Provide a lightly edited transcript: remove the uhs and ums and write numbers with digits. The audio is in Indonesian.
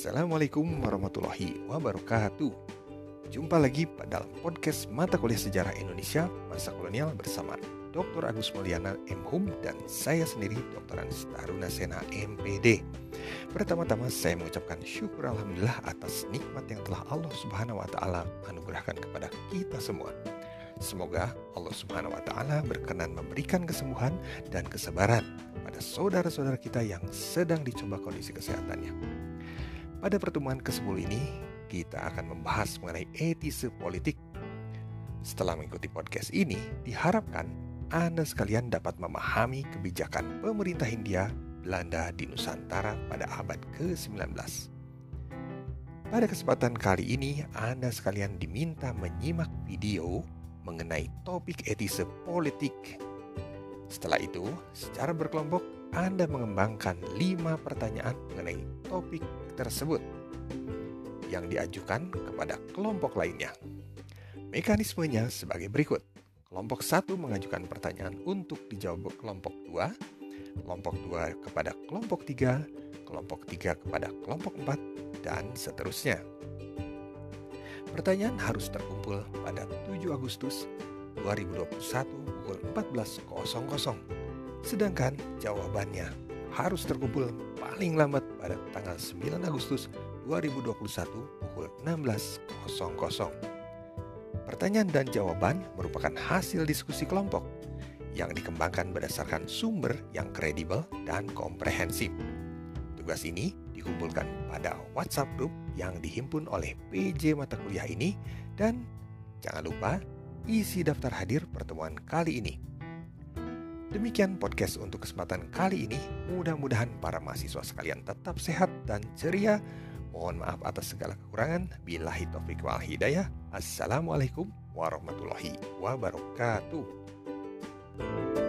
Assalamualaikum warahmatullahi wabarakatuh. Jumpa lagi pada podcast Mata Kuliah Sejarah Indonesia Masa Kolonial bersama Dr. Agus Mulyana M.Hum dan saya sendiri Dr. Andes Tarunasena MPD. Pertama-tama saya mengucapkan syukur alhamdulillah atas nikmat yang telah Allah Subhanahu wa taala anugerahkan kepada kita semua. Semoga Allah Subhanahu wa taala berkenan memberikan kesembuhan dan kesabaran pada saudara-saudara kita yang sedang dicoba kondisi kesehatannya. Pada pertemuan ke-10 ini, kita akan membahas mengenai etise politik. Setelah mengikuti podcast ini, diharapkan Anda sekalian dapat memahami kebijakan pemerintah Hindia Belanda di Nusantara pada abad ke-19. Pada kesempatan kali ini, Anda sekalian diminta menyimak video mengenai topik etise politik. Setelah itu, secara berkelompok, Anda mengembangkan 5 pertanyaan mengenai topik tersebut yang diajukan kepada kelompok lainnya. Mekanismenya sebagai berikut. Kelompok 1 mengajukan pertanyaan untuk dijawab kelompok 2, kelompok 2 kepada kelompok 3, kelompok 3 kepada kelompok 4, dan seterusnya. Pertanyaan harus terkumpul pada 7 Agustus 2021 pukul 14.00. Sedangkan jawabannya harus terkumpul paling lambat pada tanggal 9 Agustus 2021 pukul 16.00. Pertanyaan dan jawaban merupakan hasil diskusi kelompok yang dikembangkan berdasarkan sumber yang kredibel dan komprehensif. Tugas ini dikumpulkan pada WhatsApp group yang dihimpun oleh PJ mata kuliah ini dan jangan lupa isi daftar hadir pertemuan kali ini. Demikian podcast untuk kesempatan kali ini. Mudah-mudahan para mahasiswa sekalian tetap sehat dan ceria. Mohon maaf atas segala kekurangan. Billahi taufiq wal hidayah. Assalamualaikum warahmatullahi wabarakatuh.